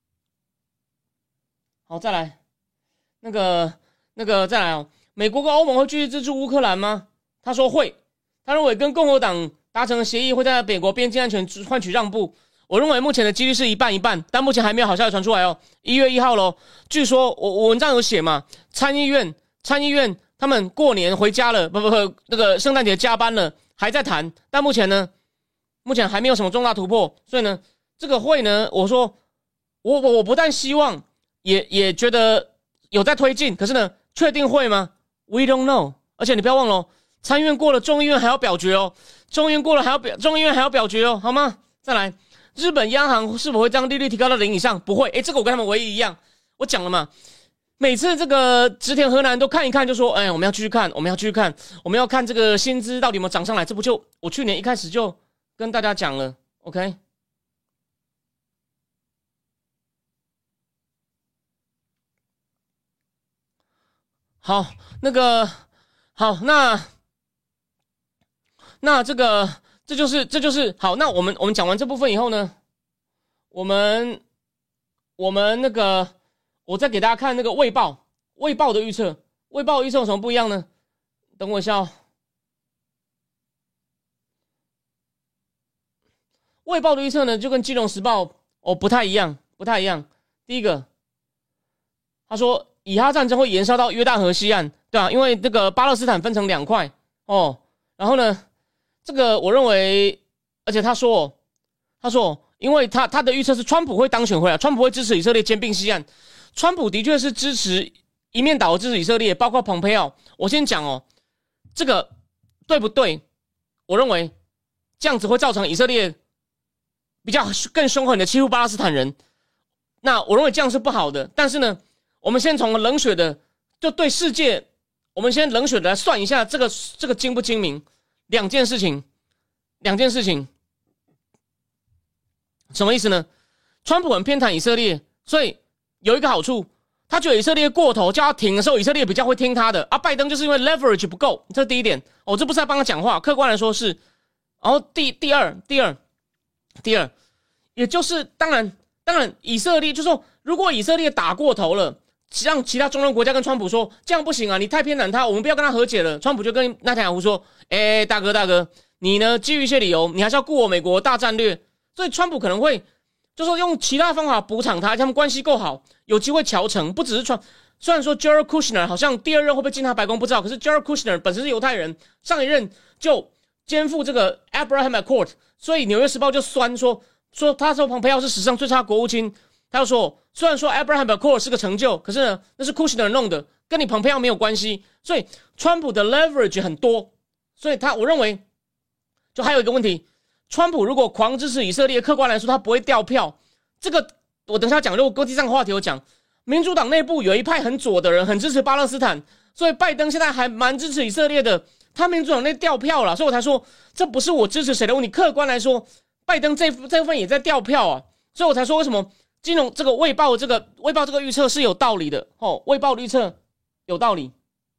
好，再来那个再来美国跟欧盟会继续资助乌克兰吗？他说会。他认为跟共和党达成的协议会在美国边境安全换取让步。我认为目前的几率是一半一半，但目前还没有好消息传出来1月1号咯，据说我文章有写嘛，参议院他们过年回家了，那个圣诞节加班了，还在谈，但目前还没有什么重大突破。所以呢，这个会呢，我说我不但希望，也觉得有在推进，可是呢，确定会吗 ？We don't know。而且你不要忘了参议院过了，众议院还要表决众议院过了众议院还要表决好吗？再来，日本央行是否会将利率提高到0以上？不会。这个我跟他们唯一一样，我讲了嘛。每次这个植田河南都看一看，就说，我们要继续看，我们要看这个薪资到底有没有涨上来。这不就我去年一开始就跟大家讲了 ，OK？ 好，好，那这就是好。那我们讲完这部分以后呢，我们我再给大家看那个卫报的预测。卫报预测有什么不一样呢？等我一下卫报的预测呢，就跟金融时报不太一样。第一个，他说以哈战争会延烧到约旦河西岸，对啊，因为那个巴勒斯坦分成2块然后呢，这个我认为，而且他说，因为他的预测是川普会当选回来，川普会支持以色列兼并西岸。川普的确是支持一面倒的支持以色列，包括蓬佩奥。我先讲哦，这个对不对？我认为这样子会造成以色列比较更凶狠的欺负巴勒斯坦人。那我认为这样是不好的。但是呢，我们先从冷血的，就对世界，我们先冷血的来算一下这个精不精明。两件事情，什么意思呢？川普很偏袒以色列，所以有一个好处，他觉得以色列过头，叫他停的时候，以色列比较会听他的。拜登就是因为 leverage 不够，这是第一点。这不是在帮他讲话，客观来说是。然后第二，也就是当然，以色列就是说，如果以色列打过头了，让其他中东国家跟川普说这样不行啊，你太偏袒他，我们不要跟他和解了。川普就跟纳坦雅胡说，大哥，你呢基于一些理由，你还是要顾我美国大战略。所以川普可能会就说用其他方法补偿他们关系够好，有机会乔成。不只是虽然说 Jared Kushner 好像第二任会不会进他白宫不知道，可是 Jared Kushner 本身是犹太人，上一任就肩负这个 Abraham Accord， 所以纽约时报就酸说他说蓬佩奥是史上最差国务卿。他就说，虽然说 Abraham Accord 是个成就，可是呢，那是 Kushner 弄的，跟你蓬佩奥没有关系。所以川普的 leverage 很多，所以我认为，就还有一个问题，川普如果狂支持以色列，客观来说他不会掉票。这个我等一下讲，如果国际上的话题我讲，民主党内部有一派很左的人，很支持巴勒斯坦，所以拜登现在还蛮支持以色列的，他民主党内掉票了，所以我才说这不是我支持谁的问题，客观来说，拜登这部分也在掉票啊，所以我才说为什么。金融这个卫报这个预测是有道理的卫报的预测有道理。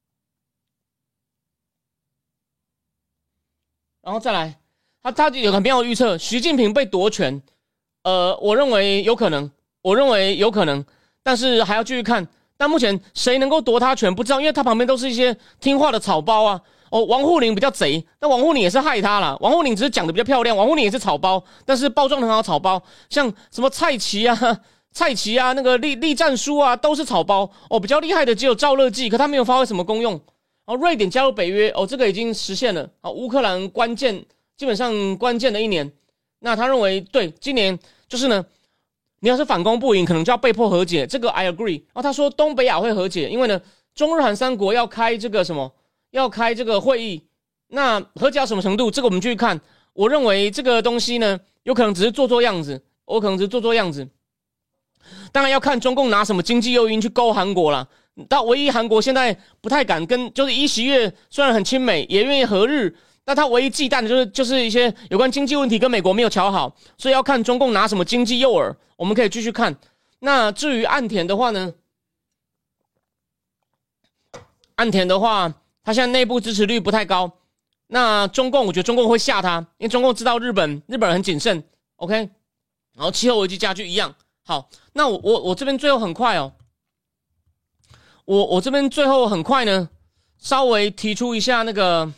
然后再来，他有个很妙的预测，习近平被夺权，我认为有可能，但是还要继续看。但目前谁能够夺他权不知道，因为他旁边都是一些听话的草包啊。王沪宁比较贼，但王沪宁也是害他啦。王沪宁只是讲的比较漂亮，王沪宁也是草包，但是包装的很好，草包像什么蔡奇啊，那个栗战书啊，都是草包。比较厉害的只有赵乐际，可他没有发挥什么功用。瑞典加入北约，这个已经实现了。乌克兰基本上关键的一年，那他认为对，今年就是呢，你要是反攻不赢，可能就要被迫和解。这个 I agree。他说东北亚会和解，因为呢，中日韩三国要开这个会议，那和解到什么程度？这个我们继续看。我认为这个东西呢，有可能只是做样子，当然要看中共拿什么经济诱因去勾韩国啦。但唯一韩国现在不太敢跟，就是尹锡悦虽然很亲美，也愿意和日，但他唯一忌惮的就是一些有关经济问题跟美国没有瞧好，所以要看中共拿什么经济诱饵。我们可以继续看。那至于岸田的话呢？他现在内部支持率不太高。那中共，我觉得中共会吓他，因为中共知道日本人很谨慎 ，OK。然后气候危机加剧一样。好，那我这边最后很快我这边最后很快呢，稍微提出一下那个，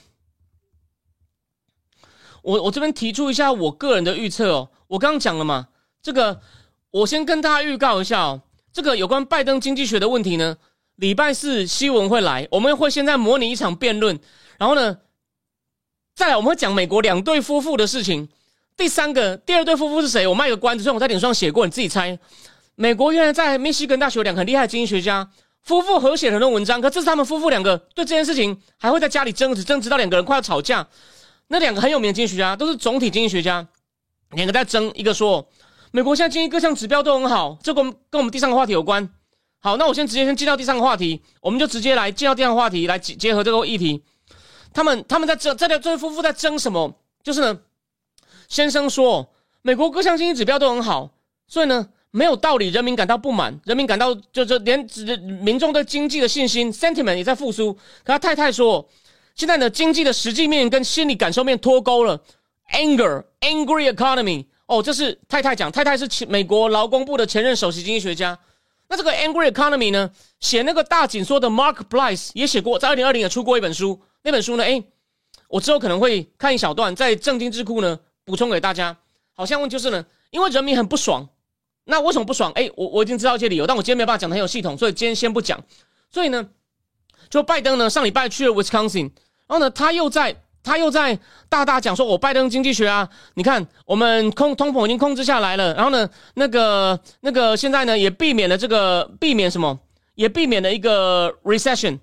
我这边提出一下我个人的预测我刚刚讲了嘛，这个我先跟大家预告一下这个有关拜登经济学的问题呢。礼拜四西文会来，我们会现在模拟一场辩论，然后呢，再来我们会讲美国两对夫妇的事情。第二对夫妇是谁？我卖个关子，虽然我在脸上写过，你自己猜。美国原来在密西根大学有两个很厉害的经济学家，夫妇合写了很多文章，可这是他们夫妇两个对这件事情还会在家里争执到两个人快要吵架。那两个很有名的经济学家都是总体经济学家，两个在争，一个说美国现在经济各项指标都很好，这跟我们第三个话题有关。好，那我直接进到第三个话题，我们就直接来进到第三个话题来结合这个议题。他们在争，这对夫妇在争什么？就是呢，先生说美国各项经济指标都很好，所以呢没有道理人民感到不满，人民感到就是连民众对经济的信心 sentiment 也在复苏。可他太太说，现在呢经济的实际面跟心理感受面脱钩了 ，angry economy。这是太太讲，太太是美国劳工部的前任首席经济学家。那这个 Angry Economy 呢，写那个大紧缩的 Mark Blyth 也写过，在2020也出过一本书。那本书呢，我之后可能会看一小段，在正经智库呢补充给大家。好像问就是呢，因为人民很不爽，那为什么不爽？我已经知道一些理由，但我今天没有办法讲得很有系统，所以今天先不讲。所以呢，就拜登呢上礼拜去了 Wisconsin， 然后呢他又在大讲说，拜登经济学啊，你看我们通膨已经控制下来了，然后呢，那个现在呢也避免什么？ 也避免了一个 recession，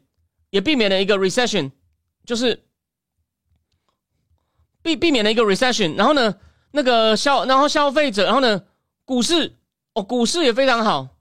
就是避免了一个 recession， 然后呢，然后消费者，然后呢，股市也非常好，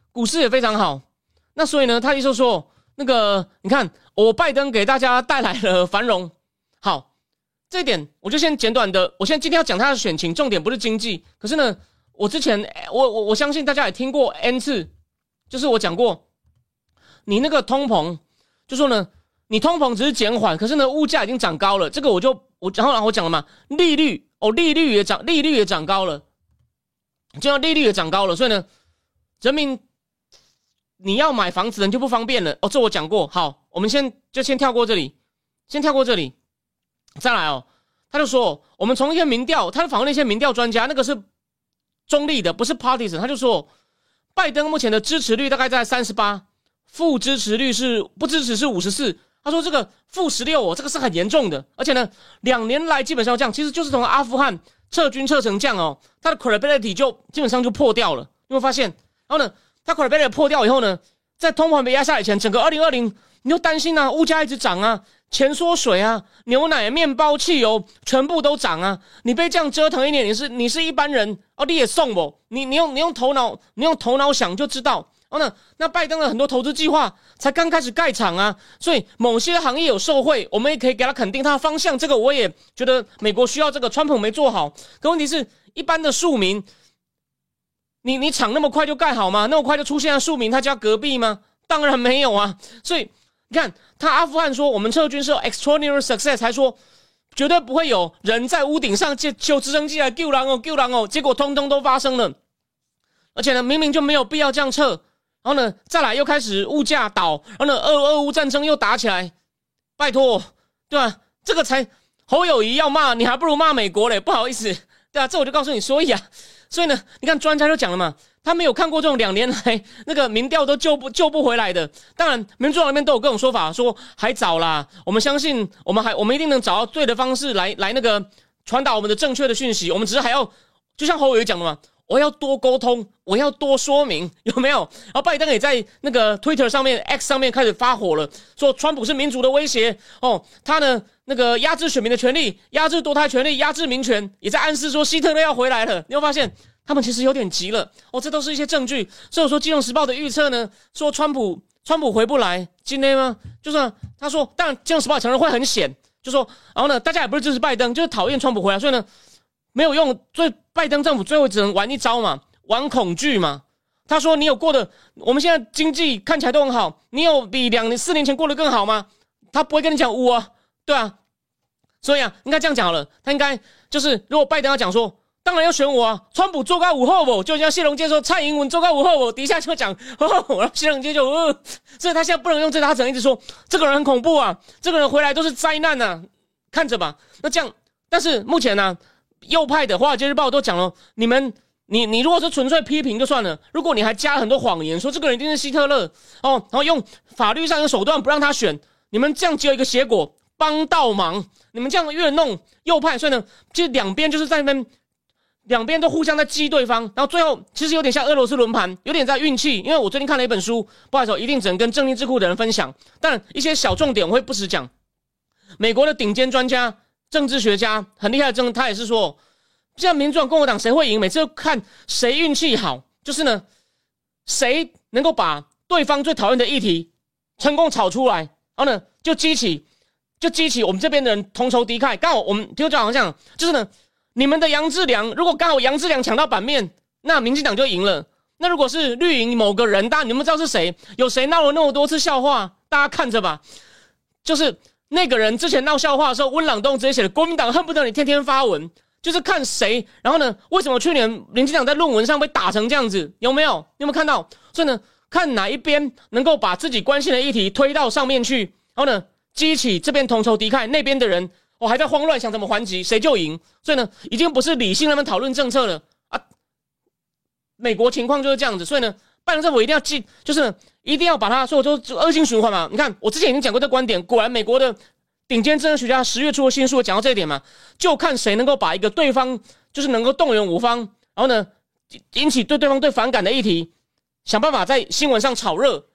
那所以呢，他就说你看，拜登给大家带来了繁荣。好，这一点我就先简短的，我今天要讲他的选情，重点不是经济，可是呢，我之前我相信大家也听过 N 次，就是我讲过，你那个通膨，就说呢，你通膨只是减缓，可是呢，物价已经涨高了，这个然后我讲了嘛，利率也涨高了，利率也涨高了，所以呢，人民你要买房子人就不方便了这我讲过。好，我们先跳过这里，再来他就说，我们从一些民调，他访问了一些民调专家，那个是中立的，不是 partisan， 他就说，拜登目前的支持率大概在38%，负支持率不支持是54%。他说这个负16这个是很严重的，而且呢，2年来基本上这样，其实就是从阿富汗撤军撤成这样他的 credibility 就基本上就破掉了，有没有发现？然后呢，他 credibility 破掉以后呢，在通膨没压下以前，整个2020你就担心物价一直涨钱缩水牛奶、面包、汽油全部都涨你被这样折腾一年，你是一般人你也送不？你用头脑想就知道。那拜登的很多投资计划才刚开始盖厂所以某些行业有受惠，我们也可以给他肯定他的方向。这个我也觉得美国需要这个，川普没做好。可问题是，一般的庶民，你厂那么快就盖好吗？那么快就出现了庶民他家隔壁吗？当然没有所以你看，他阿富汗说我们撤军是 extraordinary success， 还说绝对不会有人在屋顶上就直升机来救人结果通通都发生了。而且呢，明明就没有必要这样撤。然后呢，再来又开始物价倒，然后呢，俄乌战争又打起来，拜托，对吧？这个才侯友宜要骂你，还不如骂美国嘞，不好意思，对啊，这我就告诉你，所以呢，你看专家就讲了嘛，他没有看过这种2年来那个民调都救不回来的。当然，民主党那边都有各种说法，说还早啦，我们相信我们一定能找到对的方式来那个传达我们的正确的讯息，我们只是还要，就像侯友宜讲的嘛。我要多沟通，我要多说明，有没有？然后拜登也在那个 Twitter 上面 X 上面开始发火了，说川普是民主的威胁他呢那个压制选民的权利，压制堕胎权利，压制民权，也在暗示说希特勒要回来了。你会发现他们其实有点急了这都是一些证据。所以我说《金融时报》的预测呢，说川普回不来，今天吗？就是他说，当然《金融时报》承认会很险，就说然后呢，大家也不是支持拜登，就是讨厌川普回来，所以呢。没有用，所以拜登政府最后只能玩一招嘛，玩恐惧嘛。他说：“你有过的，我们现在经济看起来都很好，你有比4年前过得更好吗？”他不会跟你讲对啊。所以应该这样讲好了。他应该就是，如果拜登要讲说，当然要选我川普做到5后不，就像谢龙介说蔡英文做到5后不，底下就讲然后谢龙介就所以他现在不能用这个，他只能一直说这个人很恐怖这个人回来都是灾难看着吧。那这样，但是目前右派的《华尔街日报》都讲了，你如果是纯粹批评就算了，如果你还加很多谎言，说这个人一定是希特勒然后用法律上的手段不让他选，你们这样只有一个结果，帮倒忙。你们这样越弄右派，所以呢，就两边就是在那边，两边都互相在激对方，然后最后其实有点像俄罗斯轮盘，有点在运气。因为我最近看了一本书，不好意思，一定只能跟正义智库的人分享，但一些小重点我会不时讲。美国的顶尖专家。政治学家很厉害的他也是说，现在民主党、共和党谁会赢？每次都看谁运气好，就是呢，谁能够把对方最讨厌的议题成功炒出来，然后呢，就激起我们这边的人同仇敌忾。刚好我们就好像就是呢，你们的杨志良，如果刚好杨志良抢到版面，那民进党就赢了。那如果是绿营某个人，你们知道是谁？有谁闹了那么多次笑话？大家看着吧，就是。那个人之前闹笑话的时候，温朗东直接写了国民党恨不得你天天发文，就是看谁。然后呢，为什么去年民进党在论文上被打成这样子？有没有看到？所以呢，看哪一边能够把自己关心的议题推到上面去，然后呢，激起这边同仇敌忾，那边的人还在慌乱想怎么还击，谁就赢。所以呢，已经不是理性那边讨论政策了美国情况就是这样子，所以呢。拜登政府一定要就是呢一定要把它，所以我就恶性循环嘛。你看，我之前已经讲过这个观点，果然美国的顶尖政治学家10月出的新书讲到这一点嘛，就看谁能够把一个对方就是能够动员5方，然后呢引起对方对反感的议题，想办法在新闻上炒热，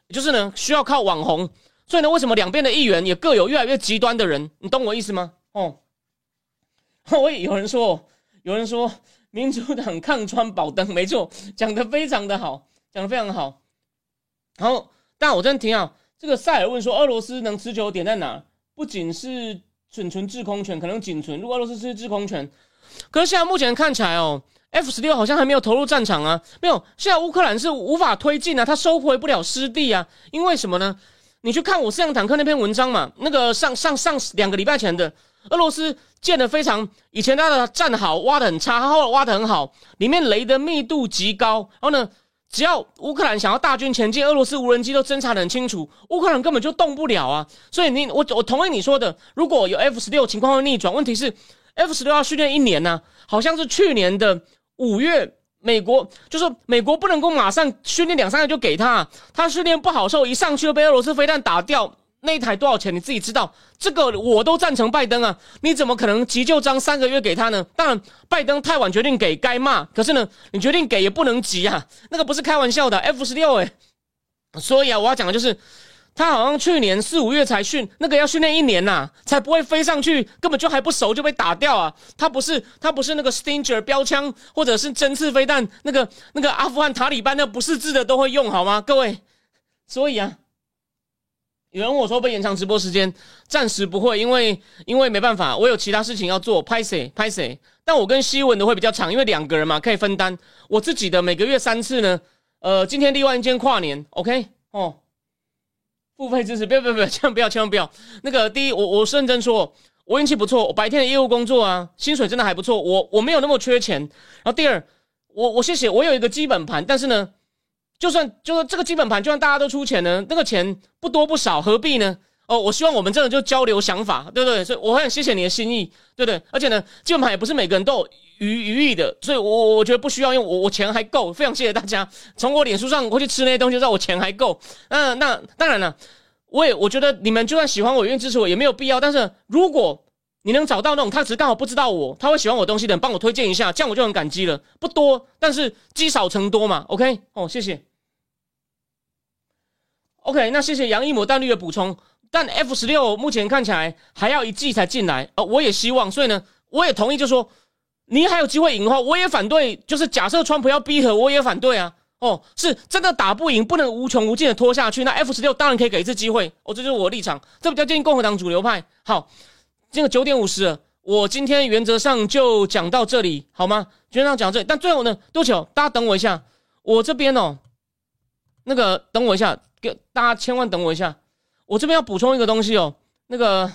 就是呢需要靠网红，所以呢为什么两边的议员也各有越来越极端的人，你懂我意思吗？我也有人说民主党抗川保登，没错，讲得非常的好，讲得非常好。然后，但我真的挺好。这个塞尔问说，俄罗斯能持久的点在哪？不仅是仅存制空权，可能仅存。如果俄罗斯是制空权，可是现在目前看起来F-16好像还没有投入战场啊，没有。现在乌克兰是无法推进啊，他收回不了失地啊，因为什么呢？你去看我四辆坦克那篇文章嘛，那个上2个礼拜前的，俄罗斯建的非常，以前他的战壕挖的很差，他后来挖的很好，里面雷的密度极高，然后呢，只要乌克兰想要大军前进，俄罗斯无人机都侦察得很清楚，乌克兰根本就动不了啊。所以我同意你说的，如果有 F-16 情况会逆转，问题是 F-16要训练1年啊，好像是去年的5月。美国就说美国不能够马上训练2-3个就给他训练不好的时候一上去就被俄罗斯飞弹打掉，那一台多少钱你自己知道，这个我都赞成拜登啊，你怎么可能急就章3个月给他呢？当然拜登太晚决定给该骂，可是呢你决定给也不能急啊，那个不是开玩笑的 F-16 所以啊我要讲的就是他好像去年4-5月才训，那个要训练1年呐，才不会飞上去，根本就还不熟就被打掉啊！他不是那个 Stinger 标枪或者是针刺飞弹，那个阿富汗塔利班那不识字的都会用好吗？各位，所以啊，有人问我说被延长直播时间，暂时不会，因为没办法，我有其他事情要做，拍谁。但我跟西文的会比较长，因为2个人嘛可以分担。我自己的每个月3次呢，今天例外，今天跨年 ，OK 付费支持，不要，千万不要。那个第一，我认真说，我运气不错，我白天的业务工作啊，薪水真的还不错，我没有那么缺钱。然后第二，我谢谢，我有一个基本盘，但是呢，就是这个基本盘，就算大家都出钱呢，那个钱不多不少，何必呢？我希望我们真的就交流想法，对不对？所以我很谢谢你的心意，对不对？而且呢，基本盘也不是每个人都有余裕的，所以我觉得不需要，因为我钱还够，非常谢谢大家。从我脸书上过去吃那些东西，知道我钱还够。那当然了，我觉得你们就算喜欢我，愿意支持我也没有必要。但是如果你能找到那种他只是刚好不知道他会喜欢我东西的人，帮我推荐一下，这样我就很感激了。不多，但是积少成多嘛。OK， 谢谢。OK， 那谢谢杨一模弹率的补充。但 F-16 目前看起来还要1季才进来，我也希望，所以呢，我也同意，就说你还有机会赢的话，我也反对，就是假设川普要逼和，我也反对啊。是真的打不赢，不能无穷无尽的拖下去。那 F-16 当然可以给一次机会，这就是我的立场，这比较接近共和党主流派。好，这个9点50了，我今天原则上就讲到这里，好吗？原则上讲到这里，但最后呢，对不起大家等我一下，我这边那个等我一下，大家千万等我一下。我这边要补充一个东西那个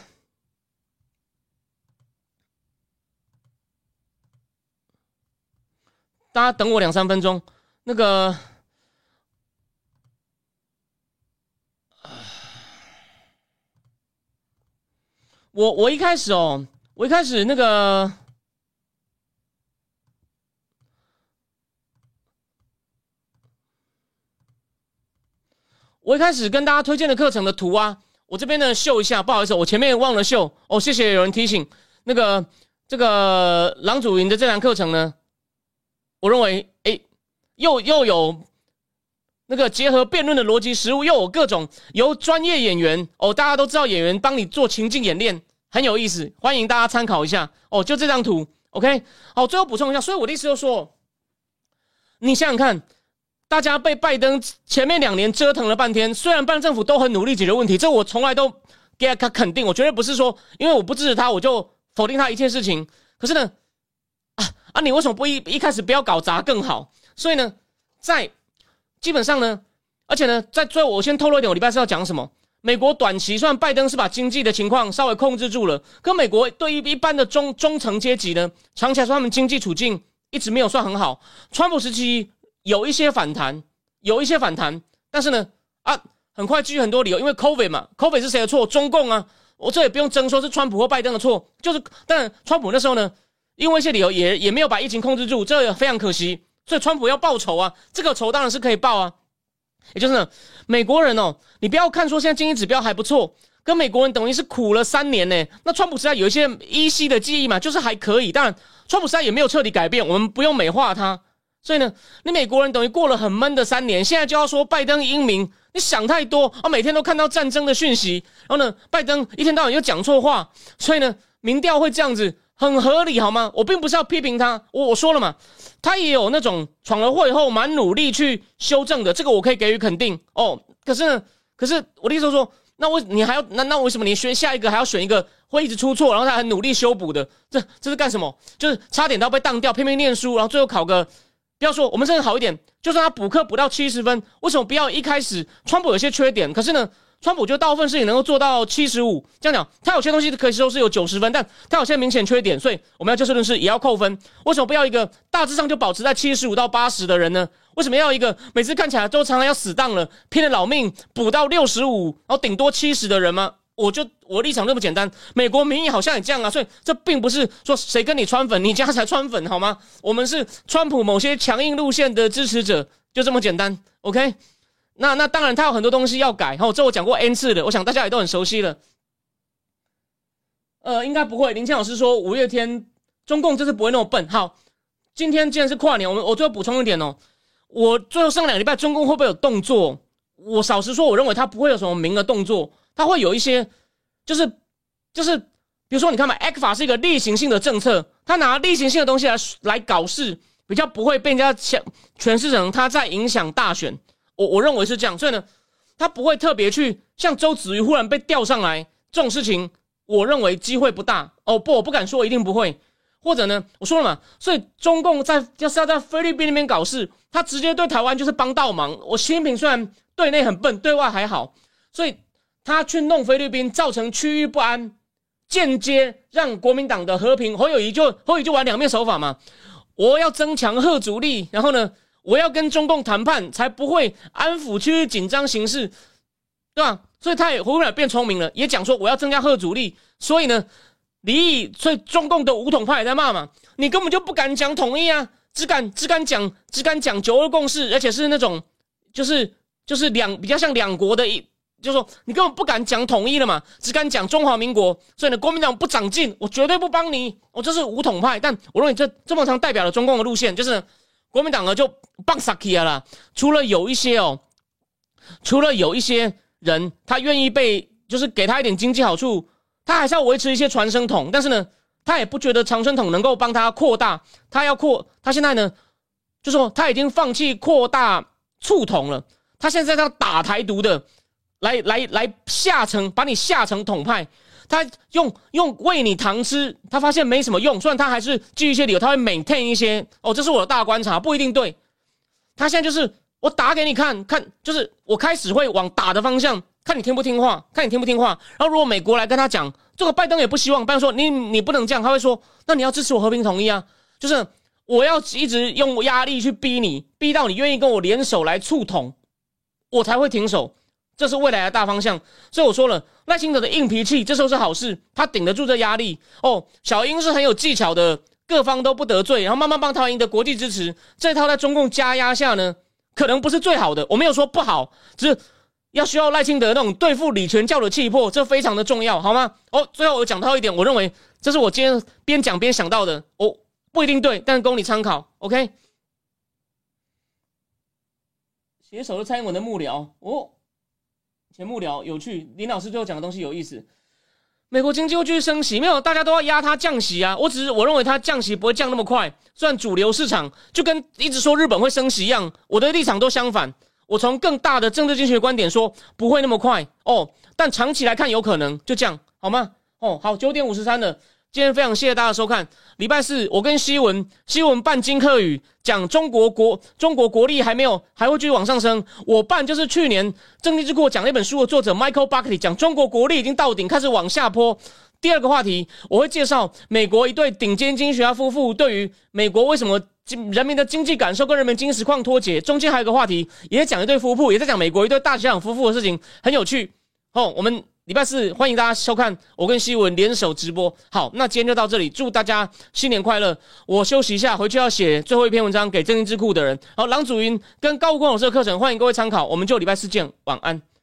大家等我2-3分钟。那个我一开始那个我一开始跟大家推荐的课程的图啊，我这边呢秀一下，不好意思，我前面忘了秀谢谢有人提醒。那个这个郎祖云的这堂课程呢，我认为又有那个结合辩论的逻辑实务，又有各种由专业演员大家都知道演员帮你做情境演练，很有意思，欢迎大家参考一下就这张图 OK。 好，最后补充一下，所以我的意思就是说，你想想看，大家被拜登前面2年折腾了半天，虽然拜登政府都很努力解决问题，这我从来都给他肯定，我绝对不是说因为我不支持他我就否定他一切事情。可是呢你为什么不一开始不要搞砸更好？所以呢，在基本上呢，而且呢，在最后我先透露一点，我礼拜四要讲什么。美国短期虽然拜登是把经济的情况稍微控制住了，可美国对于一般的中层阶级呢，长期来说他们经济处境一直没有算很好。川普时期有一些反弹，但是呢很快基于很多理由，因为 COVID 嘛 ，COVID 是谁的错？中共啊，我这也不用争说是川普或拜登的错，就是当然川普那时候呢，因为一些理由也没有把疫情控制住，这非常可惜。所以川普要报仇啊，这个仇当然是可以报啊。也就是呢，美国人你不要看说现在经济指标还不错，跟美国人等于是苦了3年呢。那川普时代有一些依稀的记忆嘛，就是还可以。当然，川普时代也没有彻底改变，我们不用美化它。 所以呢，你美国人等于过了很闷的3年，现在就要说拜登英明，你想太多啊！每天都看到战争的讯息，然后呢，拜登一天到晚又讲错话，所以呢，民调会这样子，很合理好吗？我并不是要批评他，我说了嘛，他也有那种闯了祸以后蛮努力去修正的，这个我可以给予肯定哦。可是我的意思说，那为什么你选下一个还要选一个会一直出错，然后他很努力修补的？这是干什么？就是差点都要被当掉，偏偏念书，然后最后考个。不要说我们真的好一点，就算他补课补到70分，为什么不要一开始川普有些缺点，可是呢，川普就大部分事情能够做到75，这样讲，他有些东西可以说是有90分，但他有些明显缺点，所以我们要就事论事，也要扣分。为什么不要一个大致上就保持在75到80的人呢？为什么要一个每次看起来都常常要死当了，拼了老命补到65，然后顶多70的人吗？我立场这么简单，美国民意好像也这样啊，所以这并不是说谁跟你川粉，你家才川粉好吗？我们是川普某些强硬路线的支持者，就这么简单。OK， 那当然他有很多东西要改，这我讲过 N 次的，我想大家也都很熟悉了。应该不会。林谦老师说5月天中共这次不会那么笨。好，今天既然是跨年，我最后补充一点哦，我最后上2个礼拜中共会不会有动作？我老实说，我认为他不会有什么明的动作。它会有一些，就是，比如说你看嘛 ，ECFA 是一个例行性的政策，他拿例行性的东西来搞事，比较不会被人家诠释成他在影响大选。我认为是这样，所以呢，他不会特别去像周子瑜忽然被调上来这种事情，我认为机会不大。哦不，我不敢说一定不会，或者呢，我说了嘛，所以中共要在菲律宾那边搞事，他直接对台湾就是帮倒忙。我习近平虽然对内很笨，对外还好，所以。他去弄菲律宾，造成区域不安，间接让国民党的和平侯友宜就玩两面手法嘛。我要增强嚇阻力，然后呢，我要跟中共谈判，才不会安抚区域紧张形势，对吧？所以他也忽然变聪明了，也讲说我要增加嚇阻力。所以呢，所以中共的武统派也在骂嘛，你根本就不敢讲统一啊，只敢讲9·2共识，而且是那种就是比较像两国的就是说，你根本不敢讲统一了嘛，只敢讲中华民国，所以呢，国民党不长进，我绝对不帮你，我这是武统派。但我认为这么常代表了中共的路线，就是国民党呢就棒撒气啊啦。除了有一些人他愿意就是给他一点经济好处，他还是要维持一些传声筒，但是呢，他也不觉得传声筒能够帮他扩大，他现在呢，就是说他已经放弃扩大促统了，他现在要打台独的。来把你下成统派，他用喂你糖吃，他发现没什么用，虽然他还是基于一些理由，他会 maintain 一些这是我的大观察，不一定对。他现在就是我打给你看，就是我开始会往打的方向，看你听不听话。然后如果美国来跟他讲，这个拜登也不希望，拜登说你不能这样，他会说那你要支持我和平统一啊，就是我要一直用压力去逼你，逼到你愿意跟我联手来促统，我才会停手。这是未来的大方向，所以我说了，赖清德的硬脾气这时候是好事，他顶得住这压力。小英是很有技巧的，各方都不得罪，然后慢慢帮他赢得国际支持。这套在中共加压下呢，可能不是最好的，我没有说不好，只是需要赖清德那种对付李全教的气魄，这非常的重要，好吗？最后我讲到一点，我认为这是我今天边讲边想到的，不一定对，但供你参考。OK， 写手是蔡英文的幕僚前幕僚有趣，林老师最后讲的东西有意思。美国经济会继续升息，没有，大家都要压它降息啊。我认为它降息不会降那么快，虽然主流市场就跟一直说日本会升息一样，我的立场都相反。我从更大的政治经济学观点说不会那么快但长期来看有可能，就这样好吗？好，9点53了。今天非常谢谢大家收看。礼拜四我跟西文办金课语，讲中国国力还会继续往上升。我办就是去年政经智库讲那本书的作者 Michael Buckley 讲中国国力已经到顶，开始往下坡。第二个话题我会介绍美国一对顶尖经济学家夫妇对于美国为什么人民的经济感受跟人民经济实况脱节。中间还有一个话题也在讲一对夫妇，也在讲美国一对大学长夫妇的事情，很有趣。我们礼拜四欢迎大家收看我跟西文联手直播。好，那今天就到这里，祝大家新年快乐。我休息一下，回去要写最后一篇文章给政经智库的人。好，郎祖云跟高国光老师的课程，欢迎各位参考。我们就礼拜四见，晚安。